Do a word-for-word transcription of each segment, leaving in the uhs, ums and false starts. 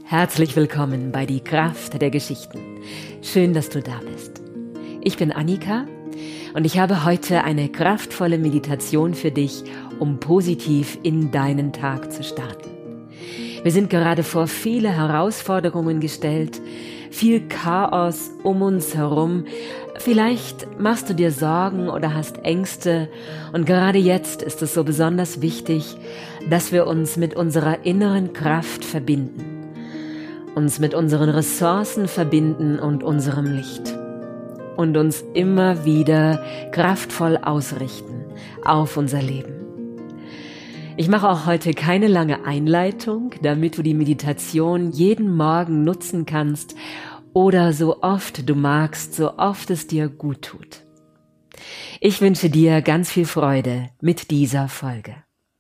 Herzlich willkommen bei Die Kraft der Geschichten. Schön, dass du da bist. Ich bin Annika und ich habe heute eine kraftvolle Meditation für dich, um positiv in deinen Tag zu starten. Wir sind gerade vor viele Herausforderungen gestellt, viel Chaos um uns herum. Vielleicht machst du dir Sorgen oder hast Ängste und gerade jetzt ist es so besonders wichtig, dass wir uns mit unserer inneren Kraft verbinden. Uns mit unseren Ressourcen verbinden und unserem Licht und uns immer wieder kraftvoll ausrichten auf unser Leben. Ich mache auch heute keine lange Einleitung, damit du die Meditation jeden Morgen nutzen kannst oder so oft du magst, so oft es dir gut tut. Ich wünsche dir ganz viel Freude mit dieser Folge.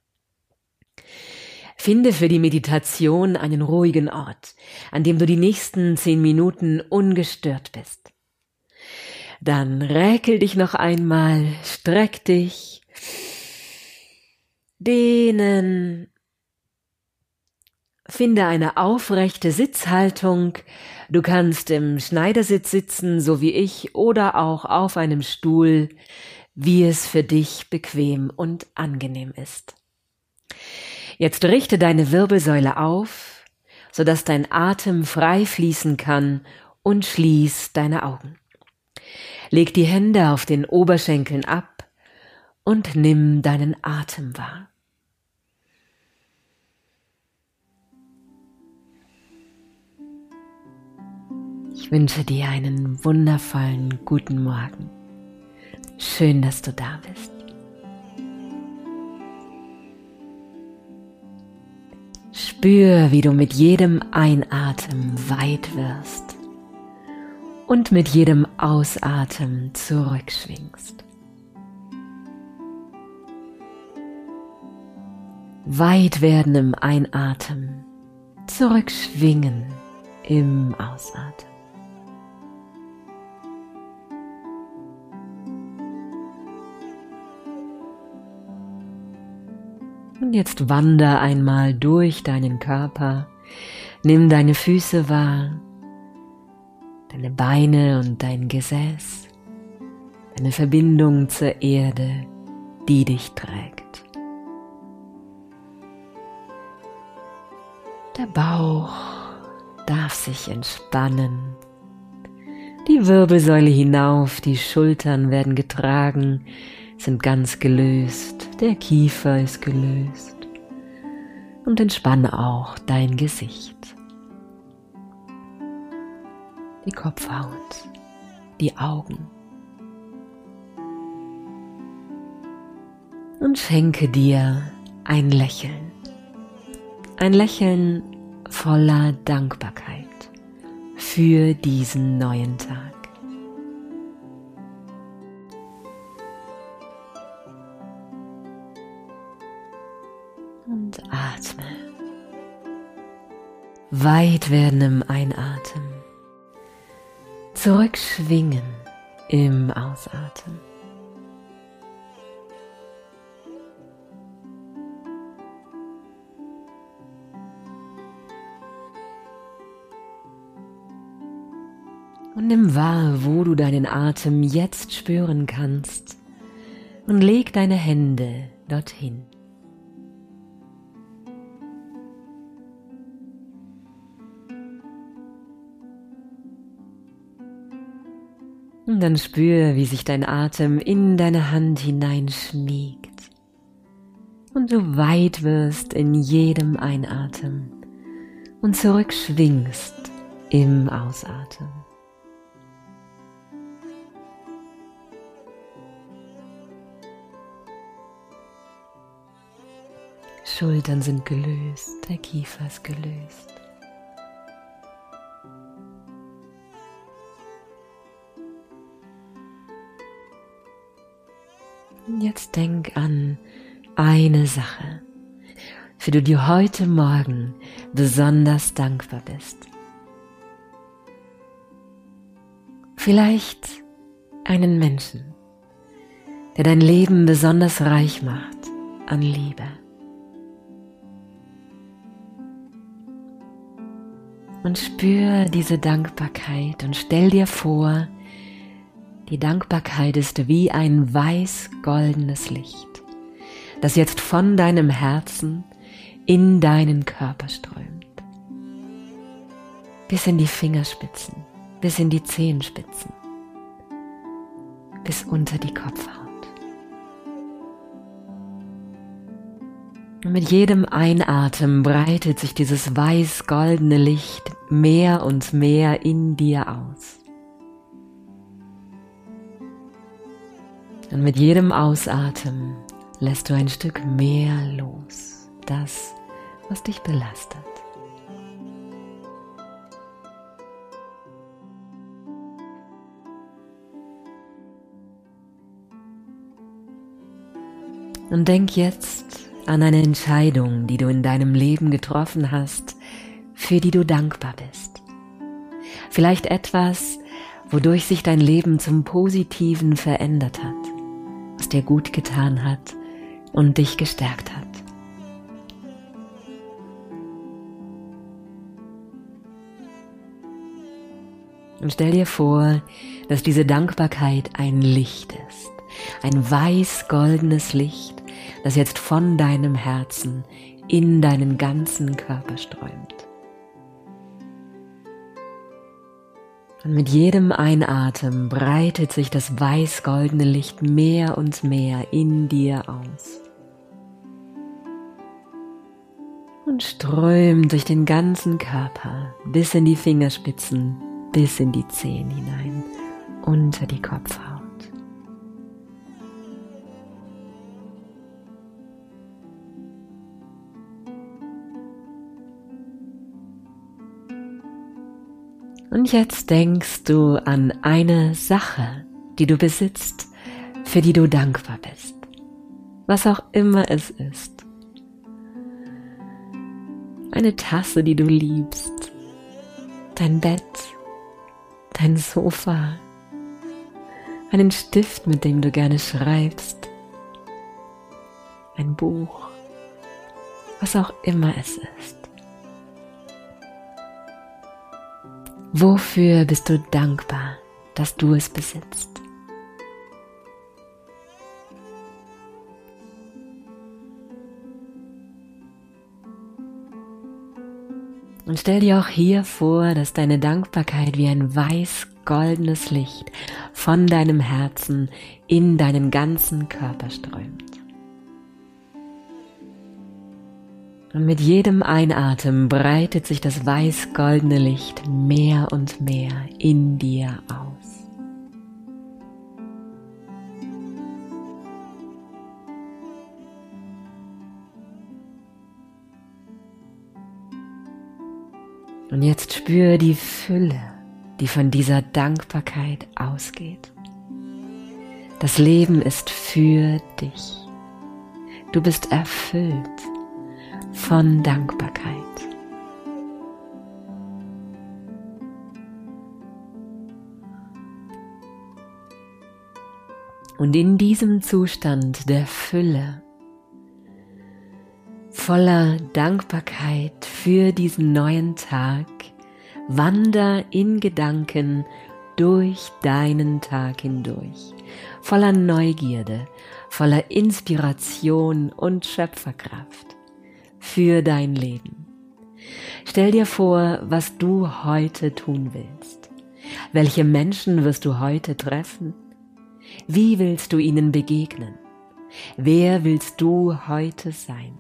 Finde für die Meditation einen ruhigen Ort, an dem du die nächsten zehn Minuten ungestört bist. Dann räkel dich noch einmal, streck dich, dehnen. Finde eine aufrechte Sitzhaltung. Du kannst im Schneidersitz sitzen, so wie ich, oder auch auf einem Stuhl, wie es für dich bequem und angenehm ist. Jetzt richte deine Wirbelsäule auf, sodass dein Atem frei fließen kann und schließ deine Augen. Leg die Hände auf den Oberschenkeln ab und nimm deinen Atem wahr. Ich wünsche dir einen wundervollen guten Morgen. Schön, dass du da bist. Spür, wie du mit jedem Einatmen weit wirst und mit jedem Ausatmen zurückschwingst. Weit werden im Einatmen, zurückschwingen im Ausatmen. Und jetzt wander einmal durch deinen Körper, nimm deine Füße wahr, deine Beine und dein Gesäß, deine Verbindung zur Erde, die dich trägt. Der Bauch darf sich entspannen, die Wirbelsäule hinauf, die Schultern werden getragen, sind ganz gelöst, der Kiefer ist gelöst und entspanne auch dein Gesicht, die Kopfhaut, die Augen und schenke dir ein Lächeln, ein Lächeln voller Dankbarkeit für diesen neuen Tag. Und atme. Weit werden im Einatmen, zurückschwingen im Ausatmen. Und nimm wahr, wo du deinen Atem jetzt spüren kannst und leg deine Hände dorthin. Und dann spür, wie sich dein Atem in deine Hand hineinschmiegt und du weit wirst in jedem Einatmen und zurückschwingst im Ausatmen. Schultern sind gelöst, der Kiefer ist gelöst. Und jetzt denk an eine Sache, für die du heute Morgen besonders dankbar bist. Vielleicht einen Menschen, der dein Leben besonders reich macht an Liebe. Und spür diese Dankbarkeit und stell dir vor, die Dankbarkeit ist wie ein weiß-goldenes Licht, das jetzt von deinem Herzen in deinen Körper strömt. Bis in die Fingerspitzen, bis in die Zehenspitzen, bis unter die Kopfhaut. Und mit jedem Einatmen breitet sich dieses weiß-goldene Licht mehr und mehr in dir aus. Und mit jedem Ausatmen lässt du ein Stück mehr los, das, was dich belastet. Und denk jetzt an eine Entscheidung, die du in deinem Leben getroffen hast, für die du dankbar bist. Vielleicht etwas, wodurch sich dein Leben zum Positiven verändert hat, was dir gut getan hat und dich gestärkt hat. Und stell dir vor, dass diese Dankbarkeit ein Licht ist, ein weiß-goldenes Licht, das jetzt von deinem Herzen in deinen ganzen Körper strömt. Und mit jedem Einatmen breitet sich das weiß-goldene Licht mehr und mehr in dir aus. Und strömt durch den ganzen Körper bis in die Fingerspitzen, bis in die Zehen hinein, unter die Kopfhaut. Und jetzt denkst du an eine Sache, die du besitzt, für die du dankbar bist. Was auch immer es ist. Eine Tasse, die du liebst. Dein Bett. Dein Sofa. Einen Stift, mit dem du gerne schreibst. Ein Buch. Was auch immer es ist. Wofür bist du dankbar, dass du es besitzt? Und stell dir auch hier vor, dass deine Dankbarkeit wie ein weiß-goldenes Licht von deinem Herzen in deinen ganzen Körper strömt. Und mit jedem Einatmen breitet sich das weiß-goldene Licht mehr und mehr in dir aus. Und jetzt spüre die Fülle, die von dieser Dankbarkeit ausgeht. Das Leben ist für dich. Du bist erfüllt von Dankbarkeit. Und in diesem Zustand der Fülle, voller Dankbarkeit für diesen neuen Tag, wander in Gedanken durch deinen Tag hindurch, voller Neugierde, voller Inspiration und Schöpferkraft für dein Leben. Stell dir vor, was du heute tun willst. Welche Menschen wirst du heute treffen? Wie willst du ihnen begegnen? Wer willst du heute sein?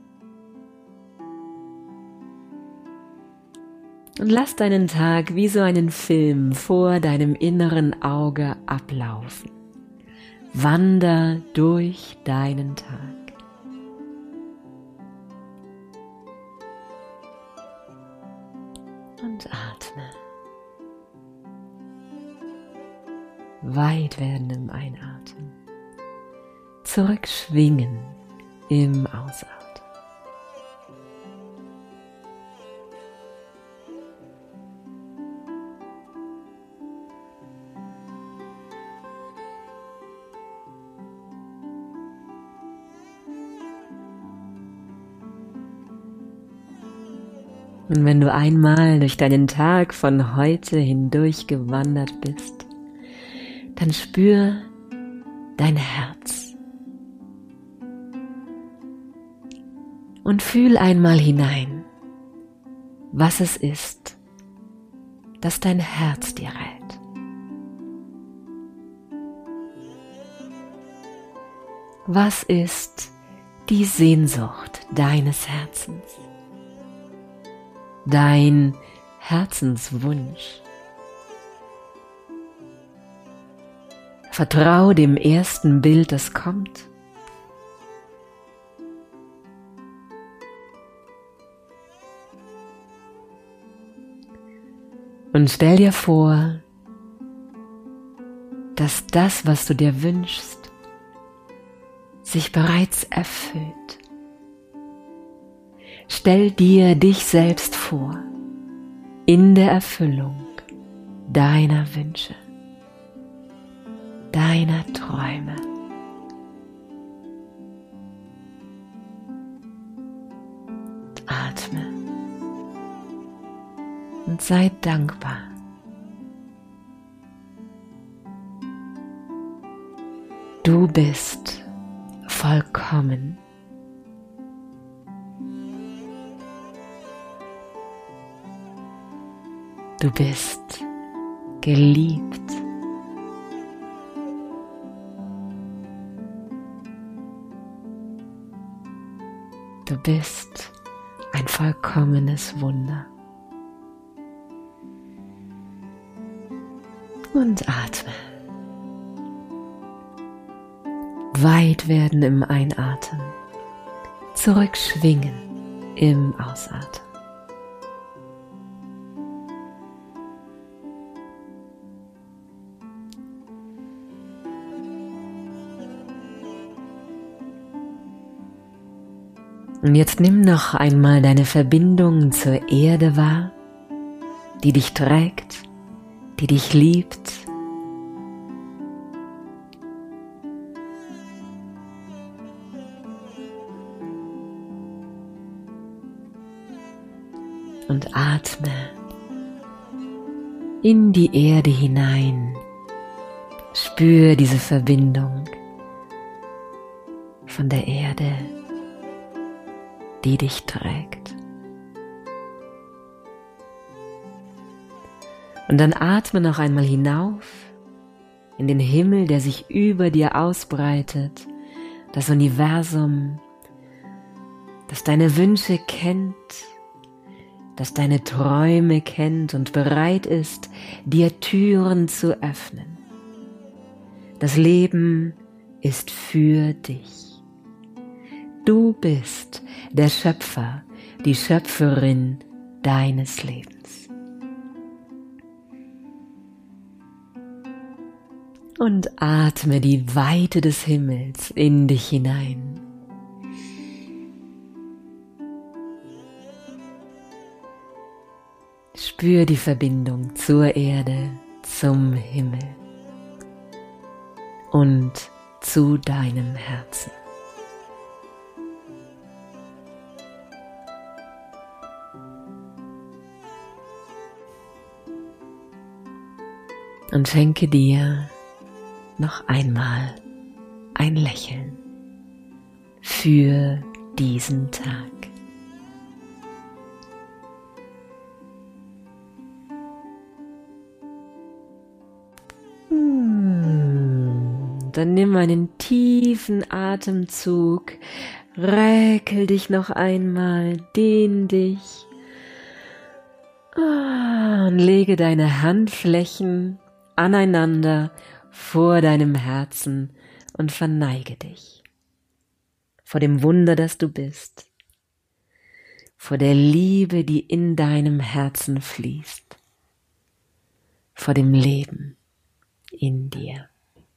Und lass deinen Tag wie so einen Film vor deinem inneren Auge ablaufen. Wander durch deinen Tag. Und atme. Weit werden im Einatmen. Zurückschwingen im Ausatmen. Und wenn du einmal durch deinen Tag von heute hindurch gewandert bist, dann spür dein Herz und fühl einmal hinein, was es ist, das dein Herz dir rät. Was ist die Sehnsucht deines Herzens? Dein Herzenswunsch? Vertrau dem ersten Bild, das kommt. Und stell dir vor, dass das, was du dir wünschst, sich bereits erfüllt. Stell dir dich selbst vor, in der Erfüllung deiner Wünsche, deiner Träume. Und atme und sei dankbar. Du bist vollkommen. Du bist geliebt. Du bist ein vollkommenes Wunder. Und atme. Weit werden im Einatmen, zurückschwingen im Ausatmen. Und jetzt nimm noch einmal deine Verbindung zur Erde wahr, die dich trägt, die dich liebt. Und atme in die Erde hinein. Spür diese Verbindung von der Erde, die dich trägt. Und dann atme noch einmal hinauf in den Himmel, der sich über dir ausbreitet, das Universum, das deine Wünsche kennt, das deine Träume kennt und bereit ist, dir Türen zu öffnen. Das Leben ist für dich. Du bist der Schöpfer, die Schöpferin deines Lebens. Und atme die Weite des Himmels in dich hinein. Spür die Verbindung zur Erde, zum Himmel und zu deinem Herzen. Und schenke dir noch einmal ein Lächeln für diesen Tag. Dann nimm einen tiefen Atemzug, räkel dich noch einmal, dehn dich und lege deine Handflächen aneinander vor deinem Herzen und verneige dich vor dem Wunder, das du bist, vor der Liebe, die in deinem Herzen fließt, vor dem Leben in dir.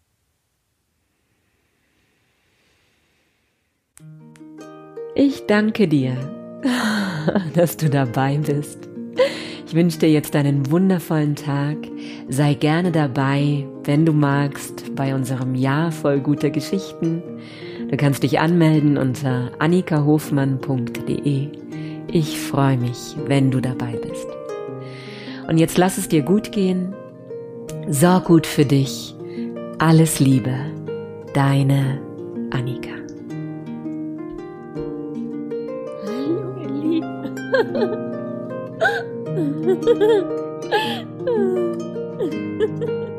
Ich danke dir, dass du dabei bist. Ich wünsche dir jetzt einen wundervollen Tag. Sei gerne dabei, wenn du magst, bei unserem Jahr voll guter Geschichten. Du kannst dich anmelden unter annika hofmann punkt de. Ich freue mich, wenn du dabei bist. Und jetzt lass es dir gut gehen. Sorg gut für dich. Alles Liebe, deine Annika. Hallo, ihr Lieben.